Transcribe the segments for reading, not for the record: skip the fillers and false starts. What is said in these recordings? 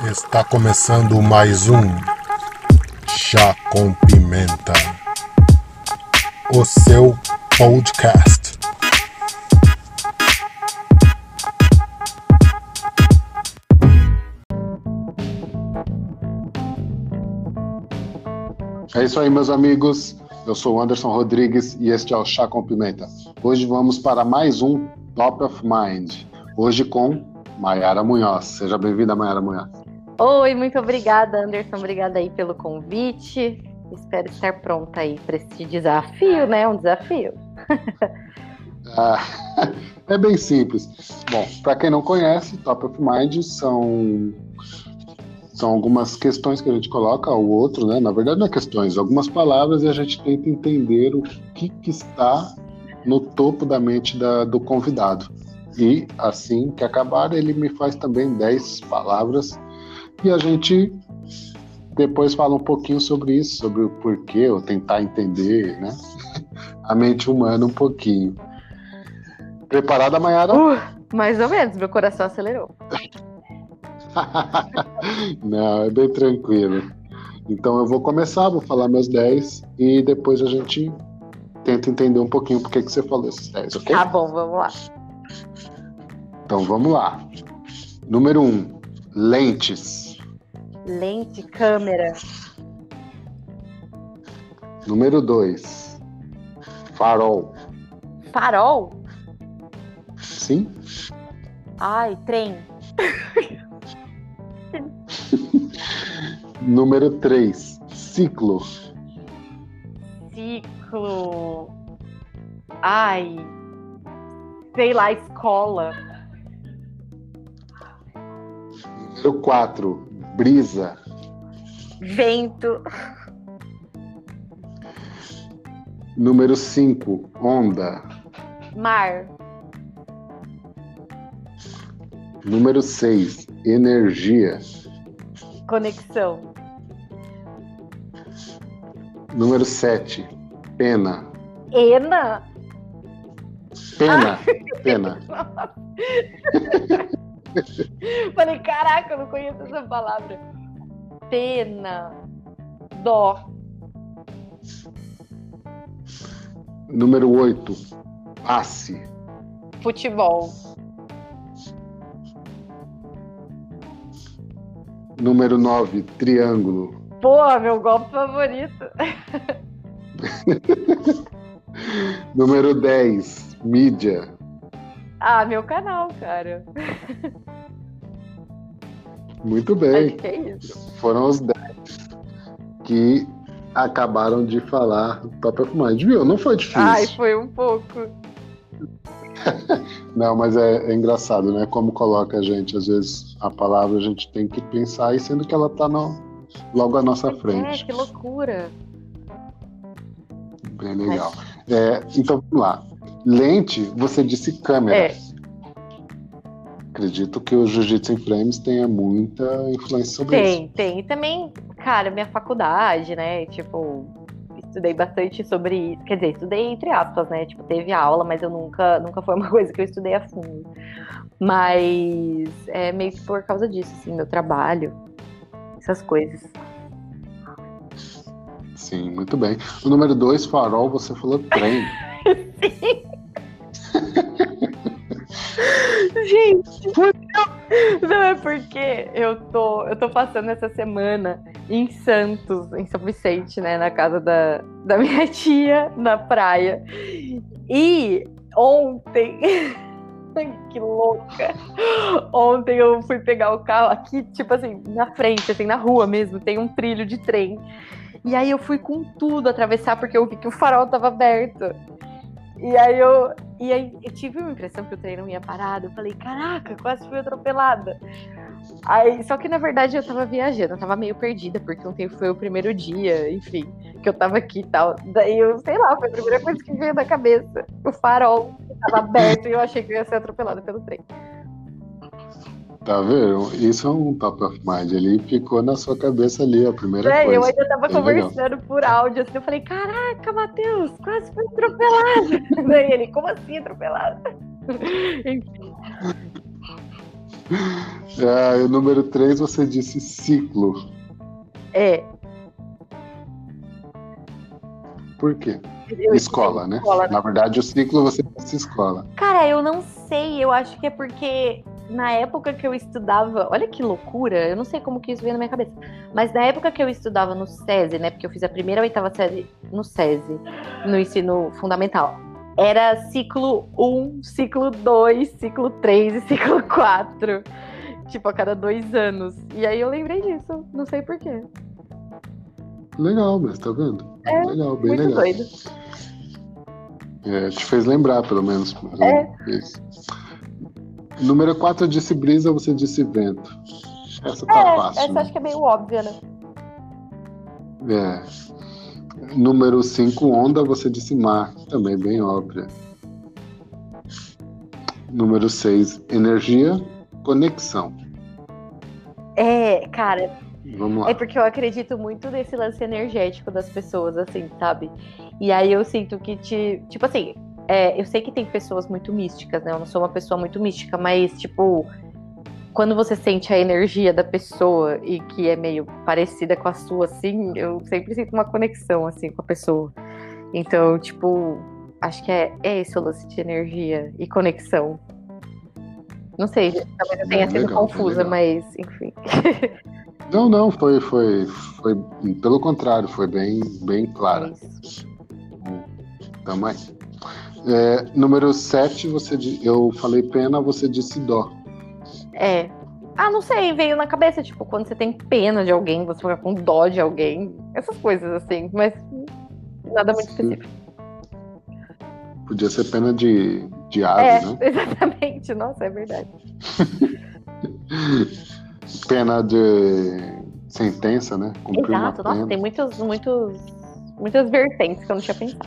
Está começando mais um Chá com Pimenta, o seu podcast. É isso aí, meus amigos. Eu sou o Anderson Rodrigues e este é o Chá com Pimenta. Hoje vamos para mais um Top of Mind. Hoje com Mayara Munhoz. Seja bem-vinda, Mayara Munhoz. Oi, muito obrigada, Anderson. Obrigada aí pelo convite. Espero estar pronta aí para esse desafio, né? Um desafio. É bem simples. Bom, para quem não conhece, Top of Mind são algumas questões que a gente coloca ao outro, né? Na verdade, não é questões, algumas palavras, e a gente tenta entender o que está no topo da mente do convidado. E assim que acabar, ele me faz também 10 palavras e a gente depois fala um pouquinho sobre isso, sobre o porquê, ou tentar entender, né? A mente humana um pouquinho. Preparada, Mayara? Mais ou menos, meu coração acelerou. Não, é bem tranquilo. Então eu vou começar, vou falar meus 10 e depois a gente tenta entender um pouquinho por que você falou esses 10, ok? Tá bom, vamos lá. Então vamos lá. Número 1, lentes. Lente, câmera. Número 2, farol. Farol? Sim? Ai, trem. Número 3, ciclo. Ciclo. Ai. Sei lá, escola. Número 4, brisa. Vento. Número 5, onda. Mar. Número 6, energia. Conexão. Número 7, pena. Ena. Pena. Falei, caraca, eu não conheço essa palavra. Pena. Dó. Número 8, passe. Futebol. Número 9, triângulo. Pô, meu golpe favorito. Número 10, mídia. Ah, meu canal, cara. Muito bem. Acho que é isso. Foram os 10 que acabaram de falar do Top of Mind. Viu? Não foi difícil. Ai, foi um pouco. Não, mas é engraçado, né? Como coloca a gente, às vezes, a palavra a gente tem que pensar, e sendo que ela tá logo à nossa frente. Que loucura. Bem legal. Então, vamos lá. Lente, você disse câmera. Acredito que o Jiu-Jitsu em Frames tenha muita influência sobre isso. Tem. E também, cara, minha faculdade, né? Tipo, estudei bastante sobre isso. Quer dizer, estudei entre aspas, né? Tipo, teve aula, mas eu nunca foi uma coisa que eu estudei a fundo. Mas é meio que por causa disso, assim, meu trabalho, essas coisas. Sim, muito bem. O número 2, farol, você falou trem. Sim. Gente, não é porque eu tô passando essa semana em Santos, em São Vicente, né, na casa da minha tia, na praia. E ontem, que louca, ontem eu fui pegar o carro aqui, tipo assim, na frente, assim, na rua mesmo, tem um trilho de trem. E aí eu fui com tudo atravessar, porque eu vi que o farol tava aberto. E aí eu tive uma impressão que o trem não ia parado. Eu falei, caraca, quase fui atropelada. Aí, só que na verdade eu tava viajando, eu tava meio perdida, porque ontem foi o primeiro dia, enfim, que eu tava aqui e tal. Daí eu, sei lá, foi a primeira coisa que veio na cabeça. O farol tava aberto e eu achei que eu ia ser atropelada pelo trem. Tá vendo? Isso é um Top of Mind. Ele ficou na sua cabeça ali, a primeira coisa. Eu ainda tava Bem conversando legal. por áudio, assim, eu falei, caraca, Matheus, quase fui atropelada. Daí ele, como assim atropelada? Enfim. O número 3 você disse ciclo. É. Por quê? Eu Escola, né? escola, né? Na verdade, o ciclo você disse escola. Cara, eu não sei. Eu acho que é porque na época que eu estudava. Olha que loucura. Eu não sei como que isso veio na minha cabeça. Mas na época que eu estudava no SESI, né? Porque eu fiz a primeira e a 8ª série no SESI, no ensino fundamental. Era ciclo 1, ciclo 2, ciclo 3 e ciclo 4. Tipo, a cada 2 anos. E aí eu lembrei disso. Não sei porquê. Legal, mas tá vendo? Legal, bem Muito legal. doido. Te fez lembrar, pelo menos. Isso. Número 4 eu disse brisa, você disse vento. Essa tá fácil. Essa acho que é meio óbvia, né? Número 5, onda, você disse mar. Também bem óbvia. Número 6, energia, conexão. Cara, Vamos lá. é porque eu acredito muito nesse lance energético das pessoas, assim, sabe? E aí eu sinto que tipo assim, eu sei que tem pessoas muito místicas, né? Eu não sou uma pessoa muito mística, mas, tipo, quando você sente a energia da pessoa e que é meio parecida com a sua, assim, eu sempre sinto uma conexão, assim, com a pessoa. Então, tipo, acho que é esse o lance de energia e conexão. Não sei, talvez eu tenha sido Legal, confusa, legal. mas, enfim. Não, foi pelo contrário, foi bem clara. É isso. Tamo aí. Número 7, eu falei pena, você disse dó. Não sei, veio na cabeça, tipo, quando você tem pena de alguém, você fica com dó de alguém, essas coisas assim, mas nada muito específico. Podia ser pena de ave, né? Exatamente, nossa, é verdade. Pena de sentença, né? Cumprir uma Exato, nossa, pena. tem muitas vertentes que eu não tinha pensado.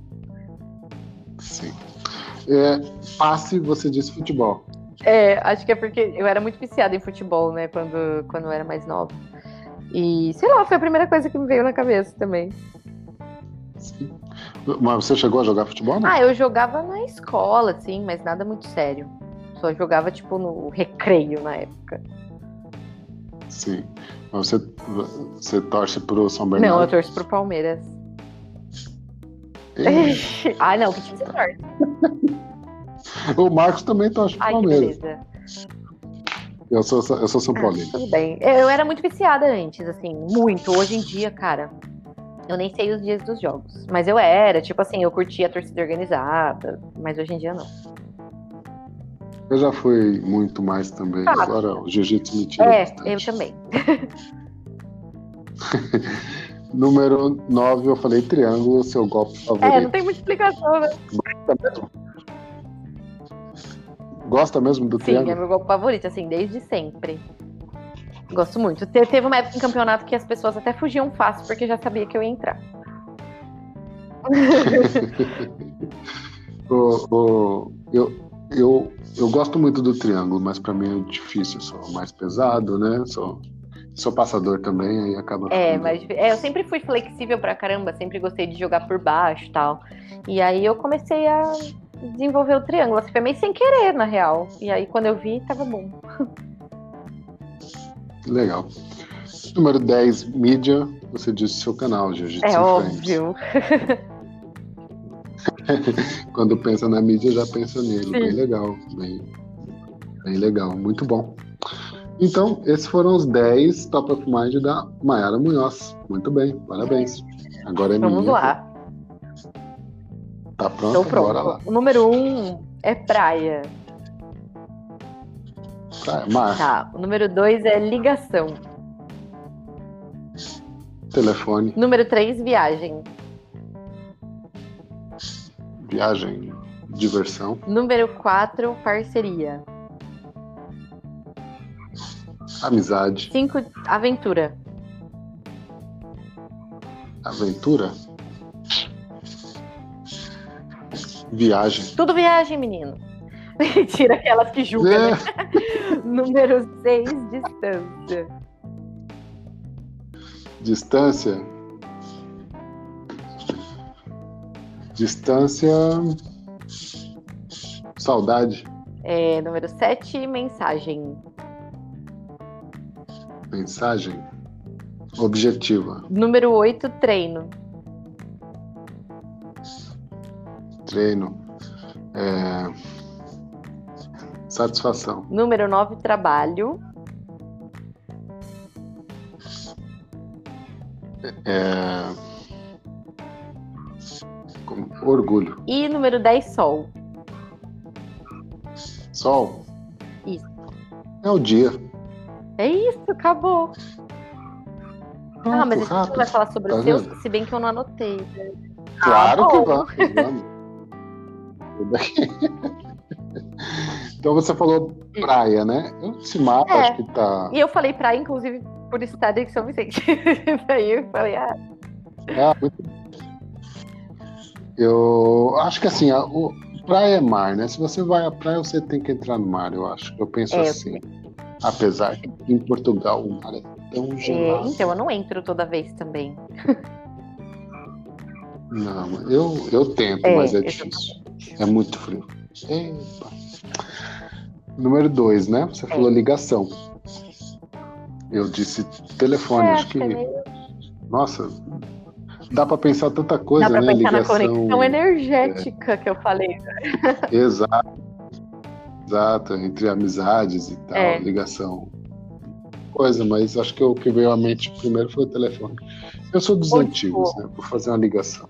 Sim. Passe, você disse futebol. Acho que é porque eu era muito viciada em futebol, né, quando eu era mais nova. E, sei lá, foi a primeira coisa que me veio na cabeça também. Sim. Mas você chegou a jogar futebol, não? Eu jogava na escola, assim, mas nada muito sério. Só jogava, tipo, no recreio na época. Sim. Mas você torce pro São Bernardo? Não, eu torço pro Palmeiras. Não, que time você torce? O Marcos também torce pro Palmeiras. Que beleza. Eu sou São Paulino. Tudo bem. Eu era muito viciada antes, assim, muito. Hoje em dia, cara, eu nem sei os dias dos jogos. Mas eu era, tipo assim, eu curtia a torcida organizada, mas hoje em dia não. Eu já fui muito mais também. Agora o jiu-jitsu me tira bastante. Eu também. Número 9, eu falei triângulo, seu golpe favorito. Não tem muita explicação, né? Gosta mesmo do triângulo? Sim, é meu golpe favorito, assim, desde sempre. Gosto muito. Teve uma época em campeonato que as pessoas até fugiam fácil, porque já sabia que eu ia entrar. Eu gosto muito do triângulo, mas pra mim é difícil. Eu sou mais pesado, né? Sou passador também, aí acaba ficando... Mas eu sempre fui flexível pra caramba, sempre gostei de jogar por baixo e tal. E aí eu comecei a desenvolver o triângulo. Assim, foi meio sem querer, na real. E aí quando eu vi, tava bom. Legal. Número 10, mídia. Você disse seu canal, Jiu-Jitsu É óbvio. Quando pensa na mídia, já pensa nele. Sim. Bem legal. Bem legal. Muito bom. Então, esses foram os 10 Top of Mind da Mayara Munhoz. Muito bem, parabéns. Agora é minha. Vamos lá. Tá pronto? Tô pronto. Bora lá. O número 1 é praia. Mar. Tá. O número 2 é ligação. Telefone. Número 3, viagem. Viagem. Diversão. Número 4, parceria. Amizade. 5, aventura. Aventura. Viagem. Tudo viagem, menino. Tira aquelas que julgam, né? Número 6, distância. Distância. Distância. Saudade. Número 7, mensagem. Mensagem objetiva. Número 8, treino. Treino. Satisfação. Número 9, trabalho. Orgulho. E número 10, sol. Sol. Isso. É o dia. É isso, acabou. Pronto, Mas a gente não rápido. vai falar sobre Tá os seus, vendo? se bem que eu não anotei. Claro que bom. vamos. Então você falou praia, né? Esse mapa acho que tá. E eu falei praia, inclusive, por estar em São Vicente. Daí eu falei, Muito... Eu acho que assim, praia é mar, né? Se você vai à praia, você tem que entrar no mar, eu acho. Eu penso assim. Apesar que em Portugal o mar é tão gelado. Então eu não entro toda vez também. Não, eu tento, mas é difícil. É muito frio. Epa. Número 2, né? Você falou ligação. Eu disse telefone, acho que. Nossa, dá pra pensar tanta coisa, né? Dá pra né? pensar Ligação, na conexão energética que eu falei. Exato, entre amizades e tal, ligação. Coisa, mas acho que o que veio à mente primeiro foi o telefone. Eu sou dos antigos, né? Vou fazer uma ligação.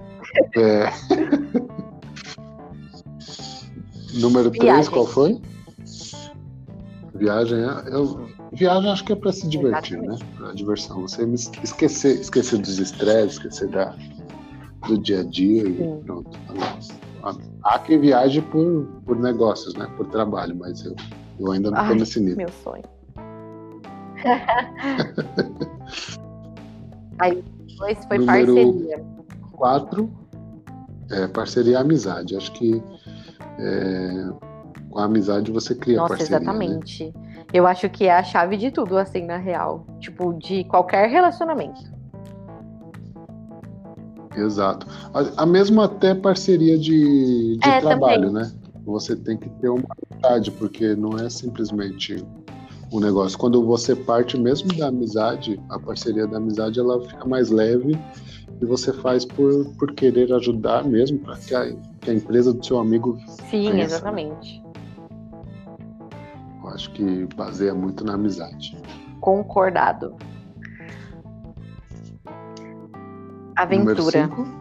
Número 3, qual foi? Viagem. Viagem acho que é para se divertir, né? Para diversão. Você esquecer dos estresses, esquecer do dia a dia e pronto. Há quem viaje por negócios, né? Por trabalho, mas eu ainda não estou nesse nível. Meu sonho. Aí, depois foi Número parceria. 4, parceria e amizade. Acho que com a amizade você cria parceria. Exatamente. Né? Eu acho que é a chave de tudo, assim, na real. Tipo, de qualquer relacionamento. Exato. A mesma até parceria de trabalho, também. né? Você tem que ter uma amizade, porque não é simplesmente um negócio. Quando você parte mesmo da amizade, a parceria da amizade, ela fica mais leve e você faz por querer ajudar mesmo, para que a empresa do seu amigo Sim, cresça, exatamente. Né? Eu acho que baseia muito na amizade. Concordado. Aventura. Número 5.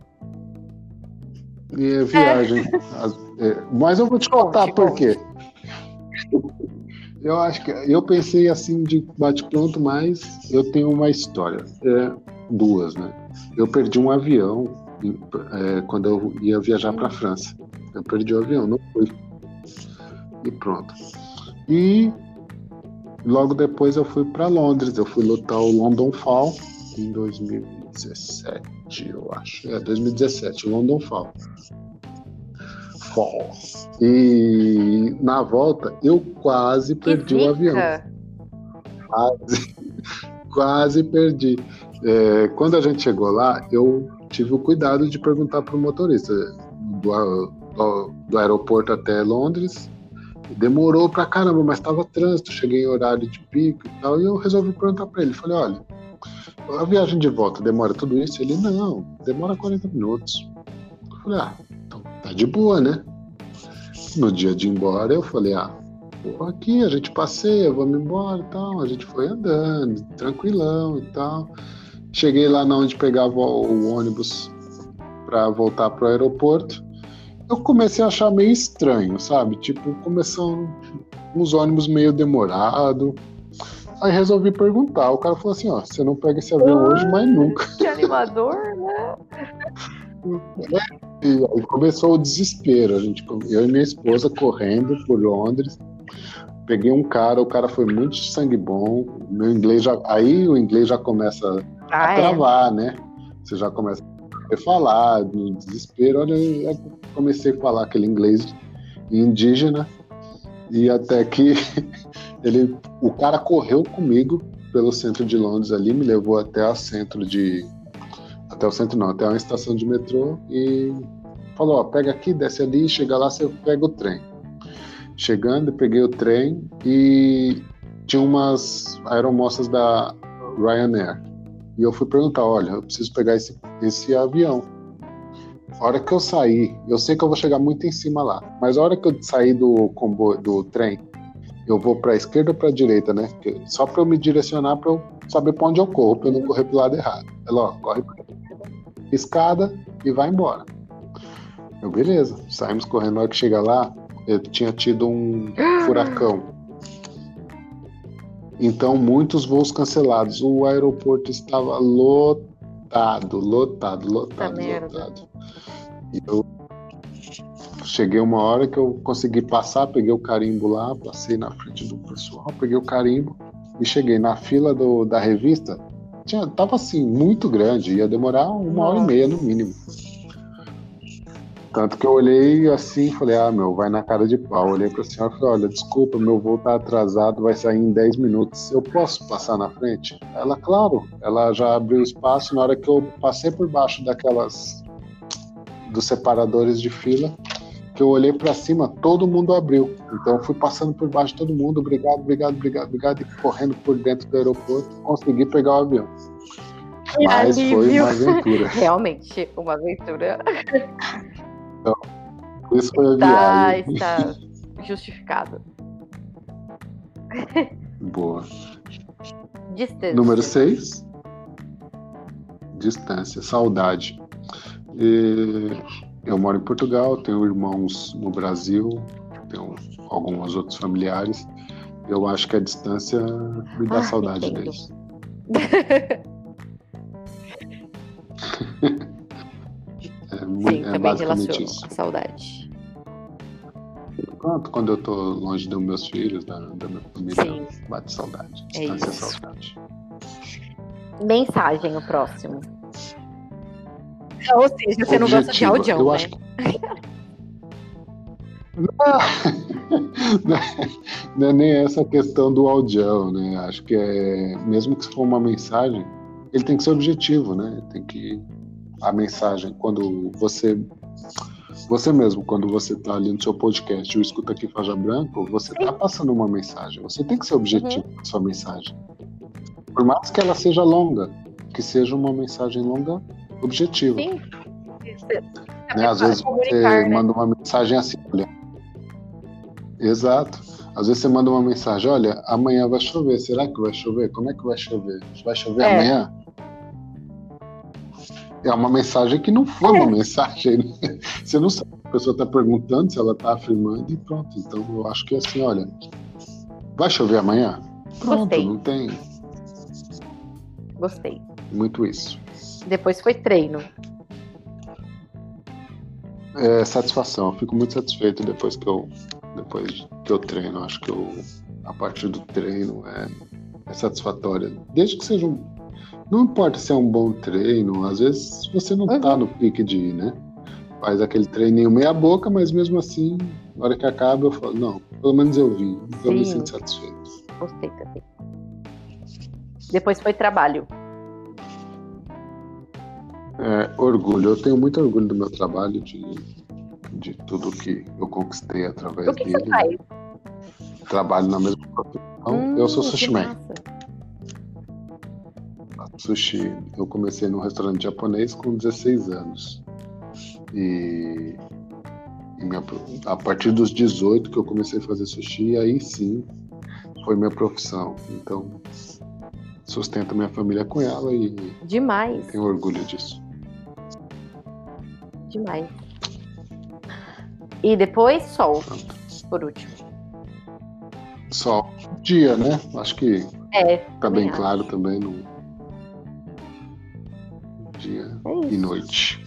E viagem. Mas eu vou te contar por quê. Eu acho que eu pensei assim de bate-pronto, mas eu tenho uma história. Duas, né? Eu perdi um avião quando eu ia viajar para a França. Eu perdi o avião, não fui. E pronto. E logo depois eu fui para Londres. Eu fui lutar o London Fall em 2017, eu acho. 2017, London Fall. E na volta eu quase perdi o avião. Quase perdi. Quando a gente chegou lá, eu tive o cuidado de perguntar para o motorista do aeroporto até Londres. Demorou pra caramba, mas estava trânsito, cheguei em horário de pico e tal, e eu resolvi perguntar para ele. Falei, olha, a viagem de volta demora tudo isso? Ele, não, demora 40 minutos. Eu falei, então tá de boa, né? No dia de ir embora, eu falei, aqui a gente passeia, vamos embora e tal. A gente foi andando, tranquilão e tal. Cheguei lá onde pegava o ônibus para voltar pro aeroporto. Eu comecei a achar meio estranho, sabe? Tipo, começando uns ônibus meio demorado. Aí resolvi perguntar. O cara falou assim, você não pega esse avião hoje, mas nunca. Que animador, né? E aí começou o desespero. Eu e minha esposa correndo por Londres. Peguei um cara, o cara foi muito sangue bom. Aí o inglês já começa a travar, né? Você já começa a falar, no desespero. Olha, eu comecei a falar aquele inglês indígena. E até que o cara correu comigo pelo centro de Londres ali, me levou até o centro até uma estação de metrô e falou, pega aqui, desce ali, chega lá, você pega o trem. Chegando, eu peguei o trem e tinha umas aeromoças da Ryanair. E eu fui perguntar, olha, eu preciso pegar esse avião. A hora que eu saí, eu sei que eu vou chegar muito em cima lá, mas a hora que eu sair do comboio, do trem, eu vou para a esquerda ou para a direita, né? Só para eu me direcionar, para eu saber para onde eu corro, para eu não correr pro lado errado. Ela, ó, corre pra escada e vai embora. Eu, beleza, saímos correndo. Na hora que chega lá, eu tinha tido um furacão. Então, muitos voos cancelados. O aeroporto estava lotado. E eu cheguei uma hora que eu consegui passar, peguei o carimbo lá, passei na frente do pessoal, peguei o carimbo e cheguei na fila da revista. Tava assim, muito grande, ia demorar 1h30 no mínimo. Tanto que eu olhei assim e falei, vai na cara de pau. Olhei pra senhora e falei, olha, desculpa, meu voo tá atrasado, vai sair em 10 minutos. Eu posso passar na frente? Ela, claro, ela já abriu espaço. Na hora que eu passei por baixo dos separadores de fila, que eu olhei pra cima, todo mundo abriu. Então eu fui passando por baixo de todo mundo, obrigado, e correndo por dentro do aeroporto, consegui pegar o avião. Mas foi uma aventura. Realmente, uma aventura. Então, isso foi a viagem. Está justificado. Boa. Distância. Número 6. Distância, saudade. Eu moro em Portugal, tenho irmãos no Brasil, tenho alguns outros familiares. Eu acho que a distância me dá saudade entendo. deles. Sim, também basicamente relaciono isso. a saudade. Pronto, quando eu tô longe dos meus filhos, da minha família, Sim. bate saudade. É Distância é isso. saudade. Mensagem, o próximo. Ou seja, você não gosta de Objetiva. audião, Eu né? acho que... Não é nem essa questão do audião, né? Acho que mesmo que for uma mensagem, ele tem que ser objetivo, né? Tem que a mensagem, quando você mesmo, quando você está ali no seu podcast, o Escuta Aqui Faixa Branco, você está passando uma mensagem. Você tem que ser objetivo com a sua mensagem. Por mais que ela seja longa, que seja uma mensagem longa, objetiva. Sim. Né? Às vezes você manda uma mensagem assim, olha. Exato. Às vezes você manda uma mensagem, olha, amanhã vai chover. Será que vai chover? Como é que vai chover? Vai chover amanhã? É uma mensagem que não foi uma mensagem. Né? Você não sabe. A pessoa está perguntando se ela está afirmando e pronto. Então eu acho que é assim, olha, vai chover amanhã? Pronto, Gostei. Não tem. Gostei. Muito isso. Depois foi treino. Satisfação. Eu fico muito satisfeito depois que eu treino. Acho que a partir do treino é satisfatória. Desde que seja não importa se é um bom treino, às vezes você não tá no pique de ir, né? Faz aquele treininho meia boca, mas mesmo assim, na hora que acaba eu falo, não, pelo menos eu vim, então eu me sinto satisfeito. Gostei também. Depois foi trabalho. Orgulho. Eu tenho muito orgulho do meu trabalho, de tudo que eu conquistei através O que dele. você faz? Trabalho na mesma profissão. Eu sou sushi man. Sushi. Eu comecei num restaurante japonês com 16 anos. E a partir dos 18 que eu comecei a fazer sushi, aí sim foi minha profissão. Então, sustento minha família com ela e Demais. tenho orgulho disso. Demais. E depois sol, por último. Sol. Dia, né? Acho que tá bem acho. claro também no dia e noite.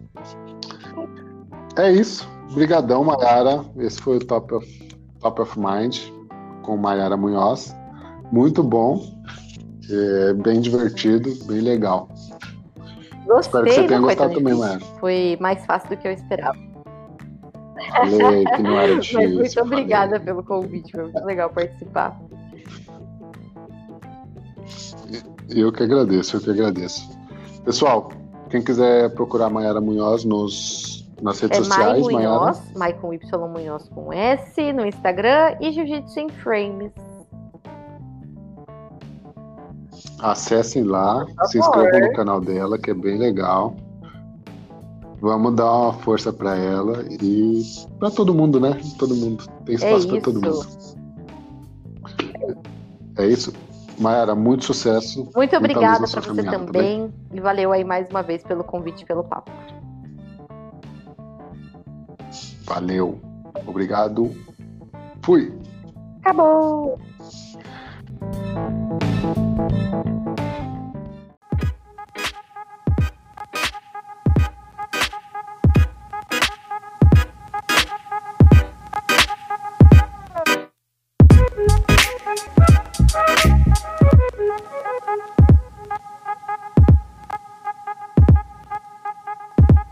É isso. Brigadão, Mayara. Esse foi o Top of Mind com Mayara Munhoz. Muito bom. Bem divertido, bem legal. Gostei. Espero que você tenha gostado também, Mayara. Foi mais fácil do que eu esperava. Falei que não era difícil. Mas muito obrigada pelo convite. Foi muito legal participar. Eu que agradeço. Pessoal, quem quiser procurar Mayara Munhoz nas redes sociais, Mayara. Mai com Y Munhoz com S no Instagram e Jiu-Jitsu em Frames. Acessem lá, se inscrevam no canal dela, que é bem legal. Vamos dar uma força para ela e para todo mundo, né? Todo mundo. Tem espaço para todo mundo. É isso. Mayara, muito sucesso. Muito obrigada para você também. E valeu aí mais uma vez pelo convite, pelo papo. Valeu. Obrigado. Fui. Acabou.